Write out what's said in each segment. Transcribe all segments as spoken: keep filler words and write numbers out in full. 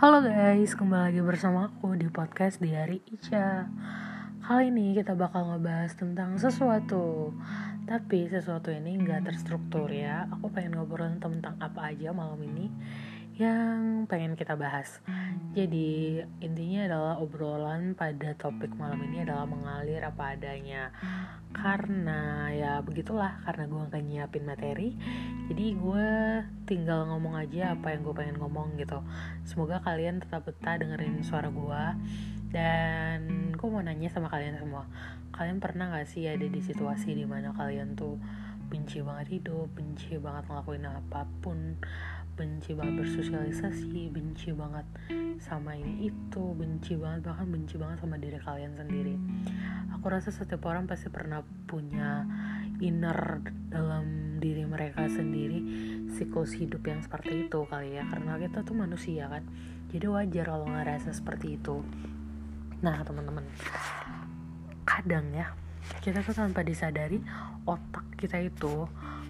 Halo guys, kembali lagi bersama aku di podcast Diari Ica. Kali ini kita bakal ngebahas tentang sesuatu, tapi sesuatu ini gak terstruktur ya. Aku pengen ngobrolin tentang apa aja malam ini yang pengen kita bahas. Jadi intinya adalah obrolan pada topik malam ini adalah mengalir apa adanya. Karena ya begitulah, karena gue gak nyiapin materi, jadi gue tinggal ngomong aja apa yang gue pengen ngomong gitu. Semoga kalian tetap betah dengerin suara gue. Dan gue mau nanya sama kalian semua, kalian pernah gak sih ada di situasi dimana kalian tuh benci banget hidup, benci banget ngelakuin apapun, benci banget bersosialisasi, benci banget sama ini itu, benci banget, bahkan benci banget sama diri kalian sendiri. Aku rasa setiap orang pasti pernah punya inner dalam diri mereka sendiri siklus hidup yang seperti itu kali ya, karena kita tuh manusia kan, jadi wajar kalau ngerasa seperti itu. Nah teman-teman, kadang ya kita tuh tanpa disadari otak kita itu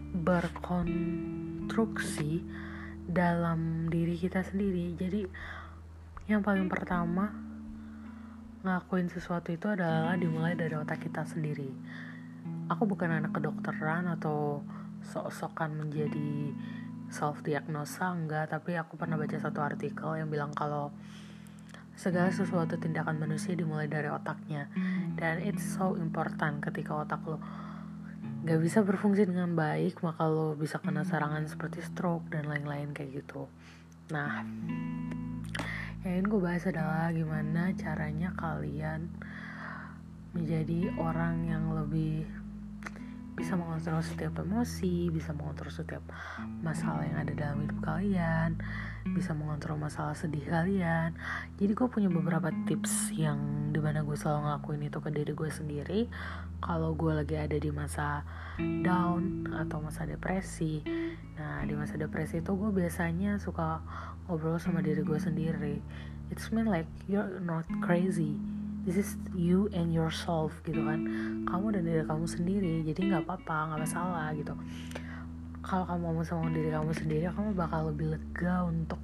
berkonstruksi dalam diri kita sendiri. Jadi yang paling pertama ngelakuin sesuatu itu adalah dimulai dari otak kita sendiri. Aku bukan anak kedokteran atau sok-sokan menjadi self-diagnosa, enggak, tapi aku pernah baca satu artikel yang bilang kalau segala sesuatu tindakan manusia dimulai dari otaknya. Dan it's so important, ketika otak lo gak bisa berfungsi dengan baik, maka lo bisa kena serangan seperti stroke dan lain-lain kayak gitu. Nah, yang ingin gue bahas adalah gimana caranya kalian menjadi orang yang lebih bisa mengontrol setiap emosi, bisa mengontrol setiap masalah yang ada dalam hidup kalian, bisa mengontrol masalah sedih kalian. Jadi gue punya beberapa tips yang dimana gue selalu ngelakuin itu ke diri gue sendiri kalau gue lagi ada di masa down atau masa depresi. Nah di masa depresi itu gue biasanya suka ngobrol sama diri gue sendiri. It's mean like you're not crazy, this is you and yourself gitu kan, kamu dan diri kamu sendiri, jadi nggak apa-apa, nggak masalah gitu. Kalau kamu ngomong sama diri kamu sendiri, kamu bakal lebih lega untuk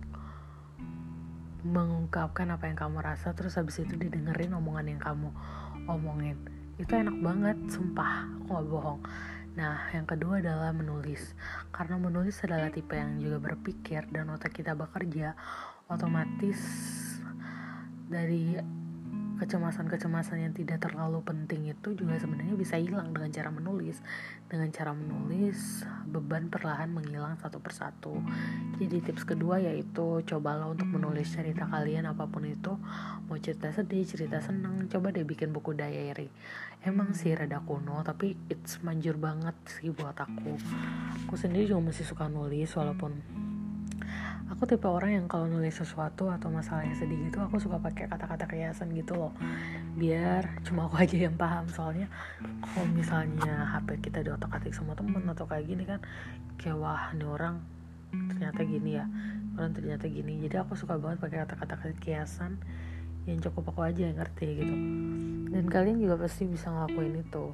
mengungkapkan apa yang kamu rasa, terus habis itu didengerin omongan yang kamu omongin. Itu enak banget, sumpah, aku nggak bohong. Nah, yang kedua adalah menulis. Karena menulis adalah tipe yang juga berpikir dan otak kita bekerja, otomatis dari kecemasan-kecemasan yang tidak terlalu penting itu juga sebenarnya bisa hilang dengan cara menulis. Dengan cara menulis, beban perlahan menghilang satu persatu. Jadi tips kedua yaitu cobalah untuk menulis cerita kalian apapun itu. Mau cerita sedih, cerita senang, coba deh bikin buku diary. Emang sih rada kuno, tapi it's manjur banget sih buat aku. Aku sendiri juga masih suka nulis, walaupun aku tipe orang yang kalau nulis sesuatu atau masalah yang sedih gitu, aku suka pakai kata-kata kiasan gitu loh, biar cuma aku aja yang paham. Soalnya kalau misalnya H P kita diotak-atik sama temen atau kayak gini kan, kayak wah ini orang ternyata gini ya, orang ternyata gini. Jadi aku suka banget pakai kata-kata kiasan yang cukup aku aja yang ngerti gitu. Dan kalian juga pasti bisa ngelakuin itu.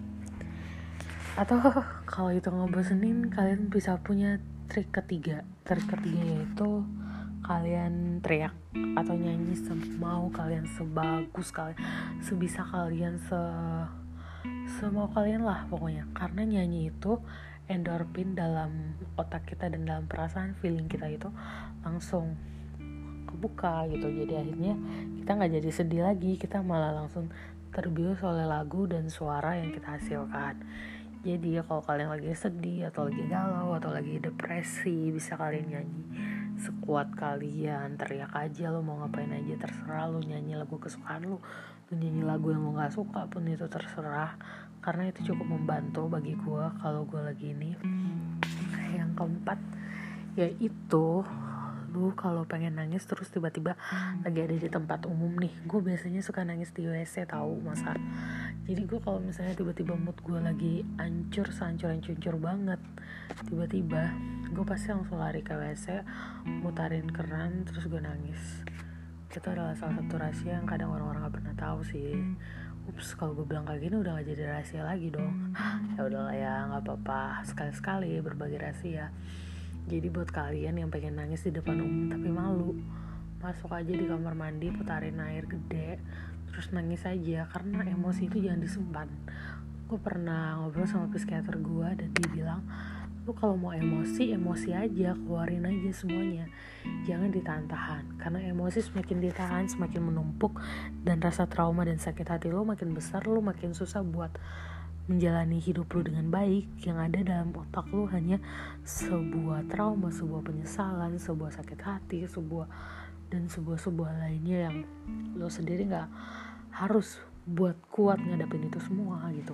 Atau kalau itu ngebosenin, kalian bisa punya trik ketiga. Trik ketiga yaitu kalian teriak atau nyanyi semau kalian, sebagus kalian, sebisa kalian, se semau kalian lah pokoknya. Karena nyanyi itu endorfin dalam otak kita dan dalam perasaan, feeling kita itu langsung kebuka gitu. Jadi akhirnya kita nggak jadi sedih lagi, kita malah langsung terbius oleh lagu dan suara yang kita hasilkan. Jadi ya kalau kalian lagi sedih atau lagi galau atau lagi depresi, bisa kalian nyanyi sekuat kalian, teriak aja, lo mau ngapain aja terserah, lo nyanyi lagu kesukaan lo, lo nyanyi lagu yang lo gak suka pun itu terserah, karena itu cukup membantu bagi gue kalau gue lagi ini. Yang keempat yaitu lu kalau pengen nangis terus tiba-tiba lagi ada di tempat umum nih, gue biasanya suka nangis di W C tahu masa. Jadi gue kalau misalnya tiba-tiba mood gue lagi hancur, sehancur-hancur banget, tiba-tiba gue pasti langsung lari ke W C, mutarin keran, terus gue nangis. Itu adalah salah satu rahasia yang kadang orang-orang gak pernah tahu sih. Ups, kalau gue bilang kayak gini udah gak jadi rahasia lagi dong. Ya udahlah ya, nggak apa-apa, sekali-sekali berbagi rahasia. Jadi buat kalian yang pengen nangis di depan umum tapi malu, masuk aja di kamar mandi, putarin air gede, terus nangis aja, karena emosi itu jangan disimpan. Gue pernah ngobrol sama psikiater gue dan dia bilang, lu kalau mau emosi, emosi aja, keluarin aja semuanya, jangan ditahan-tahan, karena emosi semakin ditahan semakin menumpuk, dan rasa trauma dan sakit hati lu makin besar, lu makin susah buat menjalani hidup lu dengan baik. Yang ada dalam otak lu hanya sebuah trauma, sebuah penyesalan, sebuah sakit hati, sebuah dan sebuah-sebuah lainnya yang lu sendiri gak harus buat kuat ngadapin itu semua gitu.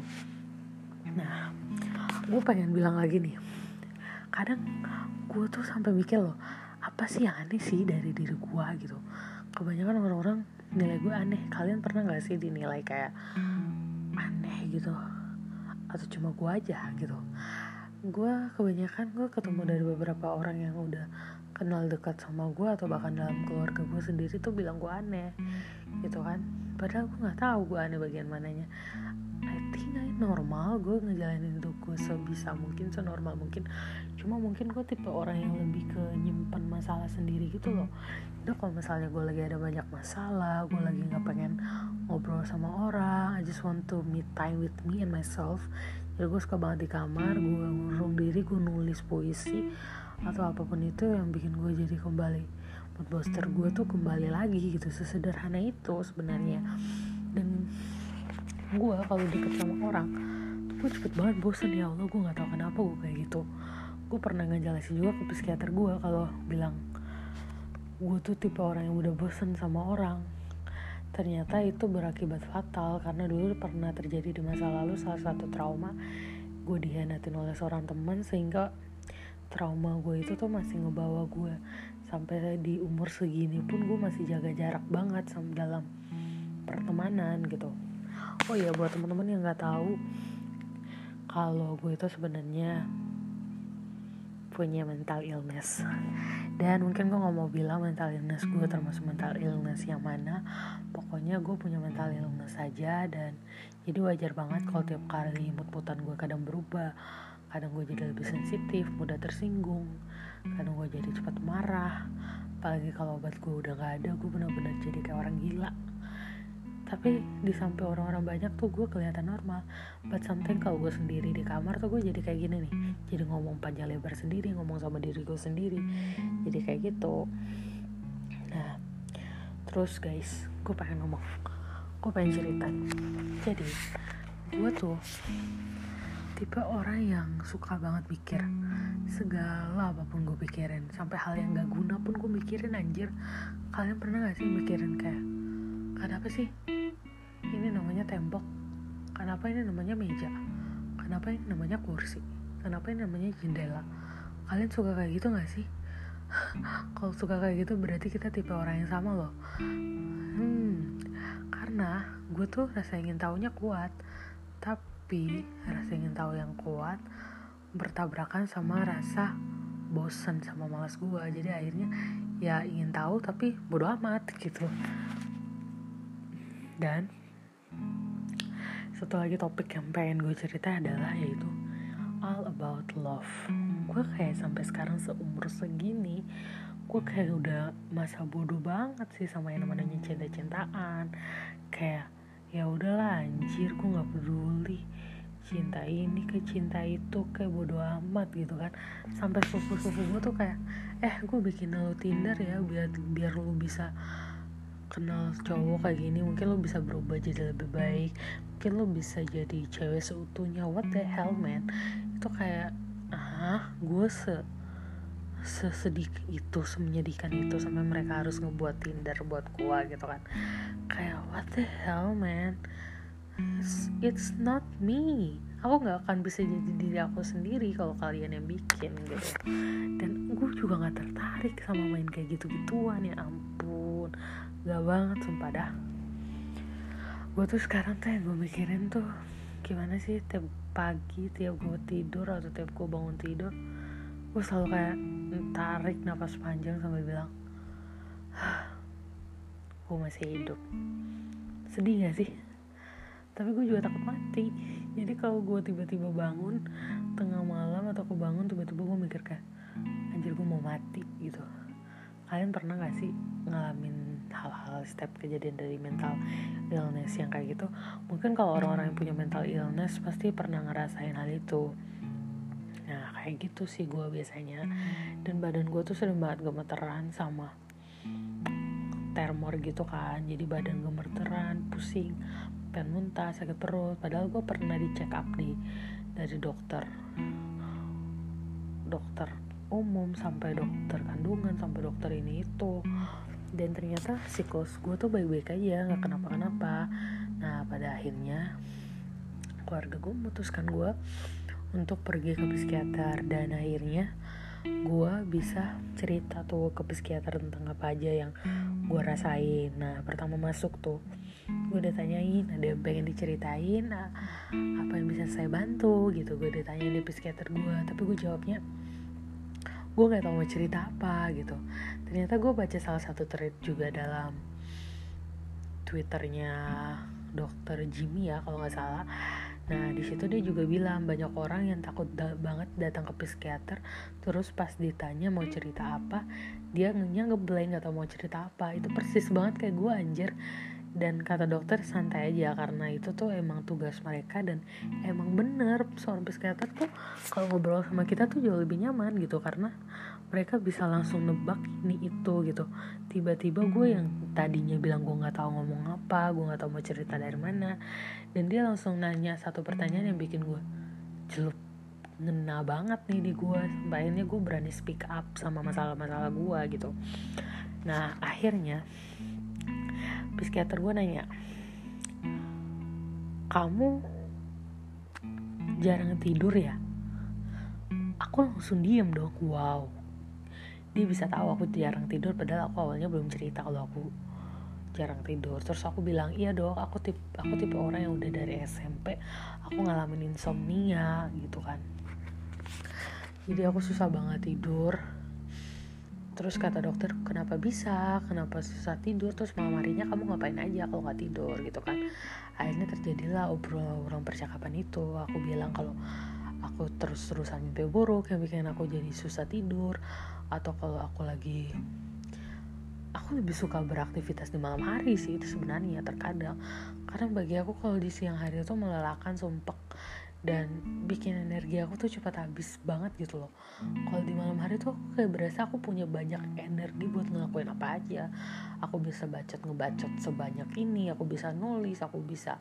Nah, gue pengen bilang lagi nih, kadang gue tuh sampai mikir loh, apa sih yang aneh sih dari diri gue gitu. Kebanyakan orang-orang nilai gue aneh. Kalian pernah gak sih dinilai kayak aneh gitu, atau cuma gue aja gitu? Gue kebanyakan gue ketemu dari beberapa orang yang udah kenal dekat sama gue, atau bahkan dalam keluarga gue sendiri tuh bilang gue aneh gitu kan. Padahal gue nggak tahu gue aneh bagian mananya. I think I normal, gue ngejalanin hidup gue sebisa mungkin, senormal mungkin. Cuma mungkin gue tipe orang yang lebih ke nyimpan masalah sendiri gitu loh. Jadi kalau misalnya gue lagi ada banyak masalah, gue lagi nggak pengen ngobrol sama orang, I just want to me time with me and myself. Jadi gue suka banget di kamar, gue ngurung diri, gue nulis puisi atau apapun itu yang bikin gue jadi kembali mood booster gue tuh kembali lagi gitu. Sesederhana itu sebenarnya. Dan gue kalau deket sama orang gue cepet banget bosen. Ya Allah, gue nggak tahu kenapa gue kayak gitu. Gue pernah ngejelasin juga ke psikiater gue kalau bilang gue tuh tipe orang yang udah bosen sama orang. Ternyata itu berakibat fatal, karena dulu pernah terjadi di masa lalu salah satu trauma, gue dikhianatin oleh seorang teman, sehingga trauma gue itu tuh masih ngebawa gue sampai di umur segini pun gue masih jaga jarak banget sama dalam pertemanan gitu. Oh iya, buat teman-teman yang nggak tahu, kalau gue itu sebenarnya punya mental illness. Dan mungkin gue gak mau bilang mental illness gue termasuk mental illness yang mana. Pokoknya gue punya mental illness aja. Dan jadi wajar banget kalau tiap kali mood-moodan gue kadang berubah. Kadang gue jadi lebih sensitif, mudah tersinggung. Kadang gue jadi cepat marah. Apalagi kalau obat gue udah gak ada, gue benar-benar jadi kayak orang gila. Tapi di samping orang-orang banyak tuh gue kelihatan normal. But sometimes kalau gue sendiri di kamar tuh gue jadi kayak gini nih, jadi ngomong panjang lebar sendiri, ngomong sama diri gue sendiri, jadi kayak gitu. Nah, terus guys, gue pengen ngomong, gue pengen cerita. Jadi gue tuh tipe orang yang suka banget mikir segala apapun gue pikirin, sampai hal yang gak guna pun gue mikirin anjir. Kalian pernah gak sih mikirin kayak, kenapa sih ini namanya tembok, kenapa ini namanya meja, kenapa ini namanya kursi, kenapa ini namanya jendela? Kalian suka kayak gitu gak sih? Kalau suka kayak gitu berarti kita tipe orang yang sama loh. Hmm, karena gue tuh rasa ingin taunya kuat, tapi rasa ingin tahu yang kuat bertabrakan sama rasa bosan sama malas gue. Jadi akhirnya ya ingin tahu tapi bodo amat gitu. Dan satu lagi topik yang pengen gue cerita adalah yaitu all about love. Gue kayak sampai sekarang seumur segini gue kayak udah masa bodoh banget sih sama yang namanya cinta-cintaan. Kayak ya udahlah anjir, gue nggak peduli cinta ini ke cinta itu, kayak bodoh amat gitu kan. Sampai sepupu-sepupu gue tuh kayak eh gue bikin lo Tinder ya biar biar lo bisa kenal cowok kayak gini, mungkin lo bisa berubah jadi lebih baik, mungkin lo bisa jadi cewek seutuhnya. What the hell man? Itu kayak ah gue se sesedih itu, semenyedihkan itu sampai mereka harus ngebuat Tinder buat gue gitu kan. Kayak what the hell man, it's, it's not me. Aku gak akan bisa jadi diri aku sendiri kalau kalian yang bikin gitu. Dan gue juga gak tertarik sama main kayak gitu-gituan. Ya ampun, gak banget sumpah dah. Gue tuh sekarang tuh yang gue mikirin tuh gimana sih tiap pagi, tiap gue tidur atau tiap gue bangun tidur, gue selalu kayak tarik nafas panjang sambil bilang gue masih hidup. Sedih gak sih? Tapi gue juga takut mati. Jadi kalau gue tiba-tiba bangun tengah malam atau aku bangun tiba-tiba gue mikir kayak anjir gue mau mati gitu. kalian pernah gak sih ngalamin hal-hal step kejadian dari mental illness yang kayak gitu? Mungkin kalau orang-orang yang punya mental illness pasti pernah ngerasain hal itu. Nah kayak gitu sih gue biasanya. Dan badan gue tuh sering banget gemeteran sama tremor gitu kan. Jadi badan gemeteran, pusing, pengen muntah, sakit perut. Padahal gue pernah di check up nih dari dokter dokter umum sampai dokter kandungan sampai dokter ini itu, dan ternyata siklus gue tuh baik-baik aja, nggak kenapa-kenapa. Nah pada akhirnya keluarga gue memutuskan gue untuk pergi ke psikiater, dan akhirnya gue bisa cerita tuh ke psikiater tentang apa aja yang gue rasain. Nah pertama masuk tuh gue udah tanyain, ada yang pengen diceritain, nah, apa yang bisa saya bantu gitu. Gue udah tanyain di psikiater gue, tapi gue jawabnya gue gak tahu mau cerita apa gitu. Ternyata gue baca salah satu thread juga dalam Twitternya dokter Jimmy ya kalau nggak salah. Nah di situ dia juga bilang banyak orang yang takut da- banget datang ke psikiater, terus pas ditanya mau cerita apa dia ngeblank, gak tahu mau cerita apa. Itu persis banget kayak gue anjir. Dan kata dokter santai aja karena itu tuh emang tugas mereka, dan emang bener seorang psikiater tuh kalau ngobrol sama kita tuh jauh lebih nyaman gitu, karena mereka bisa langsung nebak ini itu gitu. Tiba-tiba gue yang tadinya bilang gue nggak tahu ngomong apa, gue nggak tahu mau cerita dari mana, dan dia langsung nanya satu pertanyaan yang bikin gue celup, ngena banget nih di gue. Sampai akhirnya gue berani speak up sama masalah-masalah gue gitu. Nah akhirnya psikiater gue nanya, kamu jarang tidur ya? Aku langsung diem dong. Wow, dia bisa tahu aku jarang tidur, padahal aku awalnya belum cerita kalau aku jarang tidur. Terus aku bilang, iya dok, aku tipe aku tipe orang yang udah dari S M P aku ngalamin insomnia gitu kan. Jadi aku susah banget tidur. Terus kata dokter, kenapa bisa, kenapa susah tidur, terus malam harinya kamu ngapain aja kalau gak tidur gitu kan. Akhirnya terjadilah obrolan percakapan itu. Aku bilang kalau aku terus-terusan mimpi buruk yang bikin aku jadi susah tidur, atau kalau aku lagi, aku lebih suka beraktivitas di malam hari sih itu sebenarnya terkadang. Karena bagi aku kalau di siang hari itu melelahkan, sumpek, dan bikin energi aku tuh cepat habis banget gitu loh. Kalau di malam hari tuh aku kayak berasa aku punya banyak energi buat ngelakuin apa aja. Aku bisa bacot ngebacot sebanyak ini, aku bisa nulis, aku bisa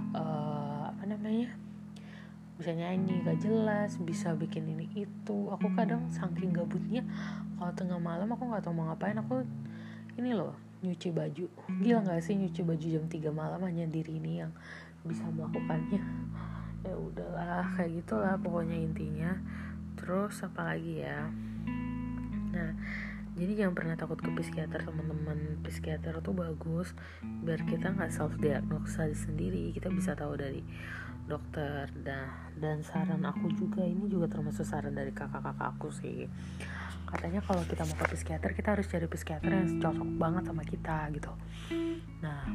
uh, apa namanya, bisa nyanyi gak jelas, bisa bikin ini itu. Aku kadang saking gabutnya kalau tengah malam aku nggak tahu mau ngapain, aku ini loh nyuci baju. Gila nggak sih nyuci baju jam tiga malam, hanya diri ini yang bisa melakukannya. Ya udahlah kayak gitulah pokoknya intinya. Terus apa lagi ya, nah jadi jangan pernah takut ke psikiater teman-teman. Psikiater tuh bagus biar kita nggak self diagnosa sendiri, kita bisa tahu dari dokter. Dan dan saran aku juga, ini juga termasuk saran dari kakak-kakak aku sih, katanya kalau kita mau ke psikiater kita harus cari psikiater yang cocok banget sama kita gitu. Nah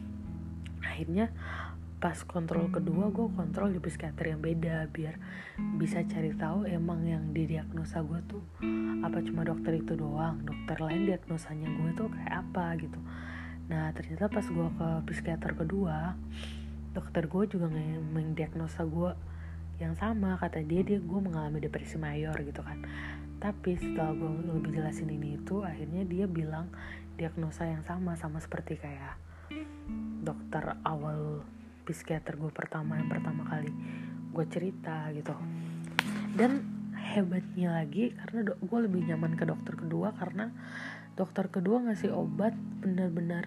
akhirnya pas kontrol kedua gue kontrol di psikiater yang beda biar bisa cari tahu emang yang didiagnosa gue tuh apa cuma dokter itu doang, dokter lain diagnosanya gue tuh kayak apa gitu. Nah ternyata pas gue ke psikiater kedua, dokter gue juga mendiagnosa gue yang sama. Kata dia dia gue mengalami depresi mayor gitu kan. Tapi setelah gue lebih jelasin ini itu, akhirnya dia bilang diagnosa yang sama sama seperti kayak dokter awal psikiater gue pertama yang pertama kali gue cerita gitu. Dan hebatnya lagi karena do- gue lebih nyaman ke dokter kedua, karena dokter kedua ngasih obat benar-benar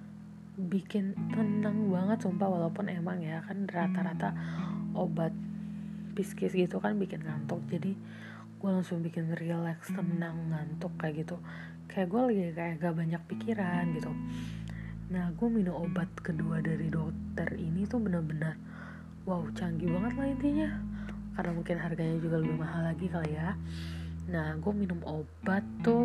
bikin tenang banget sumpah. Walaupun emang ya kan rata-rata obat psikis gitu kan bikin ngantuk, jadi gue langsung bikin relax, tenang, ngantuk kayak gitu, kayak gue lagi kayak gak banyak pikiran gitu. Nah gue minum obat kedua dari dokter ini tuh benar-benar wow, canggih banget lah intinya, karena mungkin harganya juga lebih mahal lagi kali ya. Nah gue minum obat tuh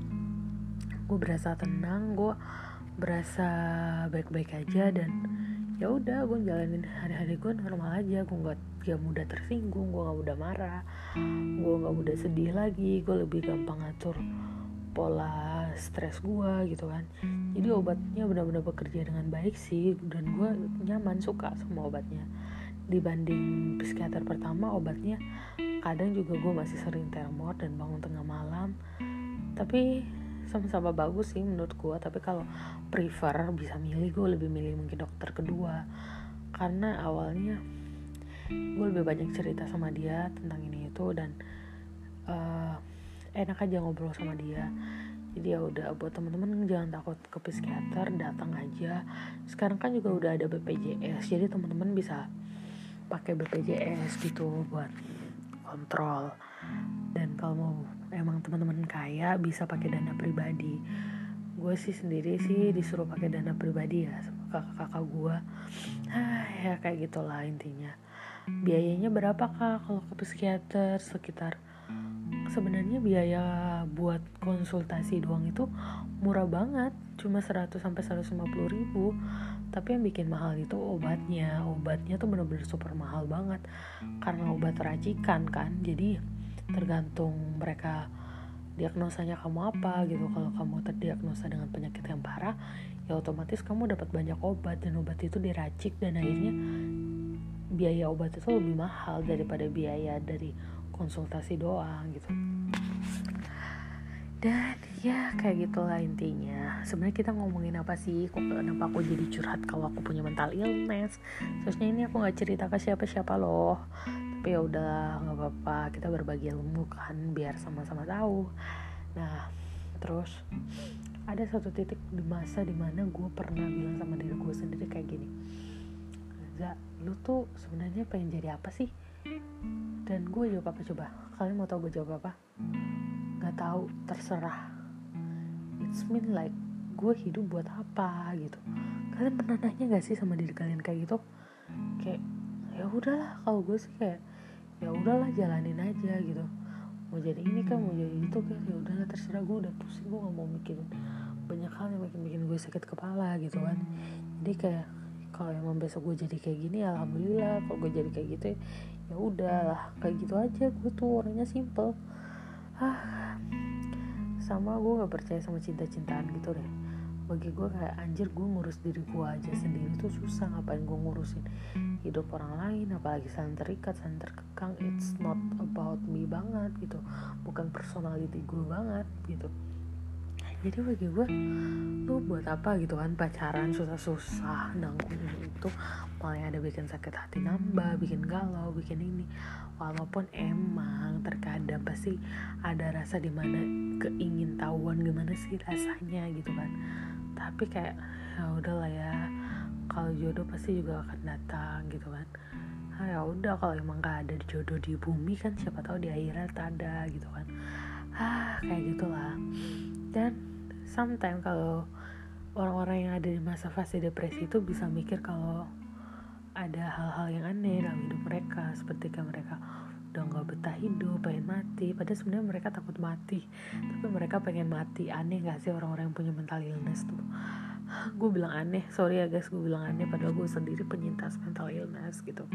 gue berasa tenang, gue berasa baik-baik aja, dan ya udah gue jalanin hari-hari gue normal aja. Gue nggak gak mudah tersinggung, gue nggak mudah marah, gue nggak mudah sedih lagi, gue lebih gampang ngatur pola stres gue gitu kan. Jadi obatnya benar-benar bekerja dengan baik sih, dan gue nyaman, suka sama obatnya. Dibanding psikiater pertama, obatnya kadang juga gue masih sering termor dan bangun tengah malam. Tapi sama-sama bagus sih menurut gue. Tapi kalau prefer bisa milih, gue lebih milih mungkin dokter kedua, karena awalnya gue lebih banyak cerita sama dia tentang ini itu, dan uh, enak aja ngobrol sama dia. Jadi ya udah, buat teman-teman jangan takut ke psikiater, datang aja. Sekarang kan juga udah ada B P J S, jadi teman-teman bisa pakai B P J S gitu buat kontrol. Dan kalau mau emang teman-teman kaya bisa pakai dana pribadi. Gue sih sendiri sih disuruh pakai dana pribadi ya sama kakak-kakak gue. Ah, ya kayak gitulah intinya. Biayanya berapa kak kalau ke psikiater? Sekitar, sebenarnya biaya buat konsultasi doang itu murah banget, cuma seratus sampai seratus lima puluh ribu. Tapi yang bikin mahal itu obatnya. Obatnya tuh bener-bener super mahal banget, karena obat racikan kan. Jadi tergantung mereka diagnosanya kamu apa gitu. Kalau kamu terdiagnosa dengan penyakit yang parah, ya otomatis kamu dapat banyak obat, dan obat itu diracik, dan akhirnya biaya obat itu lebih mahal daripada biaya dari konsultasi doang gitu. Dan ya kayak gitulah intinya. Sebenarnya kita ngomongin apa sih? Kok kenapa aku jadi curhat kalau aku punya mental illness? Terusnya ini aku nggak cerita ke siapa-siapa loh. Tapi ya udah, nggak apa-apa. Kita berbagi ilmu kan, biar sama-sama tahu. Nah, terus ada satu titik di masa dimana gue pernah bilang sama diri gue sendiri kayak gini, Za, lu tuh sebenarnya pengen jadi apa sih? Dan gue jawab apa coba? Kalian mau tahu gue jawab apa? Gak tahu, terserah. It's mean like gue hidup buat apa gitu. Kalian pernah nanya gak sih sama diri kalian kayak gitu? Kayak ya udahlah, kalau gue sih kayak ya udahlah, jalanin aja gitu. Mau jadi ini kan, mau jadi itu kan, ya udahlah terserah. Gue udah pusing, gue nggak mau mikirin banyak hal yang bikin bikin gue sakit kepala gitu kan. Jadi kayak kalau emang besok gue jadi kayak gini, alhamdulillah. Kalau gue jadi kayak gitu, ya udahlah, kayak gitu aja. Gue tuh orangnya simple. Ah, sama gue nggak percaya sama cinta-cintaan gitu deh. Bagi gue kayak anjir, gue ngurus diri gue aja sendiri tuh susah, ngapain gue ngurusin hidup orang lain, apalagi saling terikat, saling terkekang. It's not about me banget gitu, bukan personality gue banget gitu. Jadi bagi gue, lu buat apa gitu kan pacaran susah-susah nanggung ini itu, malah yang ada bikin sakit hati nambah, bikin galau, bikin ini. Walaupun emang terkadang pasti ada rasa dimana keingin tahuan gimana sih rasanya gitu kan. Tapi kayak ya udahlah ya, kalau jodoh pasti juga akan datang gitu kan. Nah, ya udah, kalau emang gak ada jodoh di bumi kan, siapa tahu di akhirat ada gitu kan. Ah, kayak gitulah. Dan sometimes kalau orang-orang yang ada di masa fase depresi itu bisa mikir kalau ada hal-hal yang aneh dalam hidup mereka, seperti kayak mereka udah gak betah hidup, pengen mati. Padahal sebenarnya mereka takut mati, tapi mereka pengen mati. Aneh gak sih orang-orang yang punya mental illness tuh? Gue bilang aneh, sorry ya guys, gue bilang aneh, padahal gue sendiri penyintas mental illness gitu.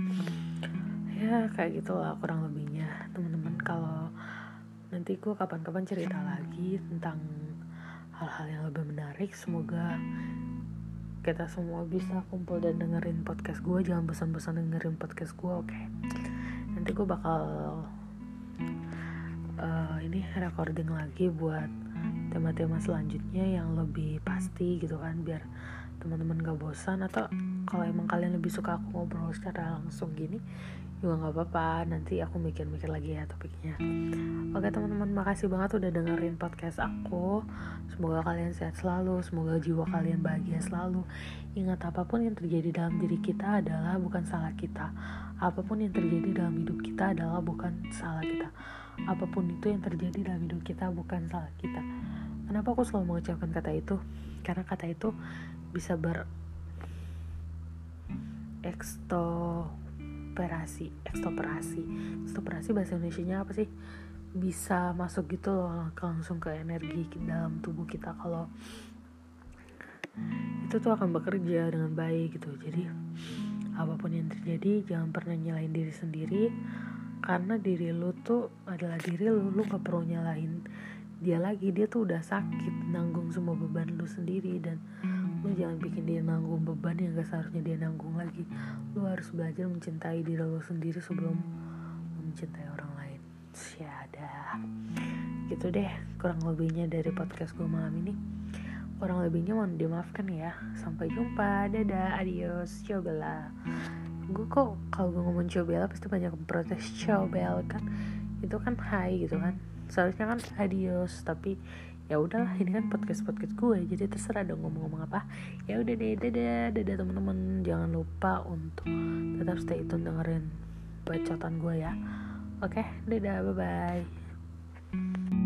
Ya kayak gitulah kurang lebihnya teman-teman. Kalau nanti gue kapan-kapan cerita lagi tentang hal-hal yang lebih menarik. Semoga kita semua bisa kumpul dan dengerin podcast gue. Jangan bosan-bosan dengerin podcast gue, oke? Okay? Nanti gue bakal uh, ini recording lagi buat tema-tema selanjutnya yang lebih pasti gitu kan, biar teman-teman gak bosan. Atau kalau emang kalian lebih suka aku ngobrol secara langsung gini juga gak apa-apa, nanti aku mikir-mikir lagi ya topiknya. Oke teman-teman, makasih banget udah dengerin podcast aku. Semoga kalian sehat selalu, semoga jiwa kalian bahagia selalu. Ingat, apapun yang terjadi dalam diri kita adalah bukan salah kita. Apapun yang terjadi dalam hidup kita adalah bukan salah kita. Apapun itu yang terjadi dalam hidup kita bukan salah kita. Kenapa aku selalu mengucapkan kata itu? Karena kata itu bisa ber eksto ekstoperasi, ekstoperasi, ekstoperasi bahasa Indonesianya apa sih? Bisa masuk gitu loh, langsung ke energi dalam tubuh kita. Kalau itu tuh akan bekerja dengan baik gitu. Jadi apapun yang terjadi jangan pernah nyalahin diri sendiri, karena diri lu tuh adalah diri lu. Lu gak perlu nyalahin dia lagi, dia tuh udah sakit nanggung semua beban lu sendiri, dan lu jangan bikin dia nanggung beban yang gak seharusnya dia nanggung lagi. Lu harus belajar mencintai diri lu sendiri sebelum mencintai orang lain. Syada. Gitu deh kurang lebihnya dari podcast gue malam ini. Kurang lebihnya mohon dimaafkan ya. Sampai jumpa, dadah, adios, ciao bella. Gue kok kalau gue ngomong ciao bella pasti banyak yang protes. Ciao bella kan itu kan hai gitu kan, seharusnya kan adios, tapi ya udahlah, ini kan podcast podcast gue, jadi terserah dong ngomong-ngomong apa. Ya udah deh, dadah dadah teman-teman, jangan lupa untuk tetap stay tune dengerin bacotan gue ya. Oke, dadah, bye bye.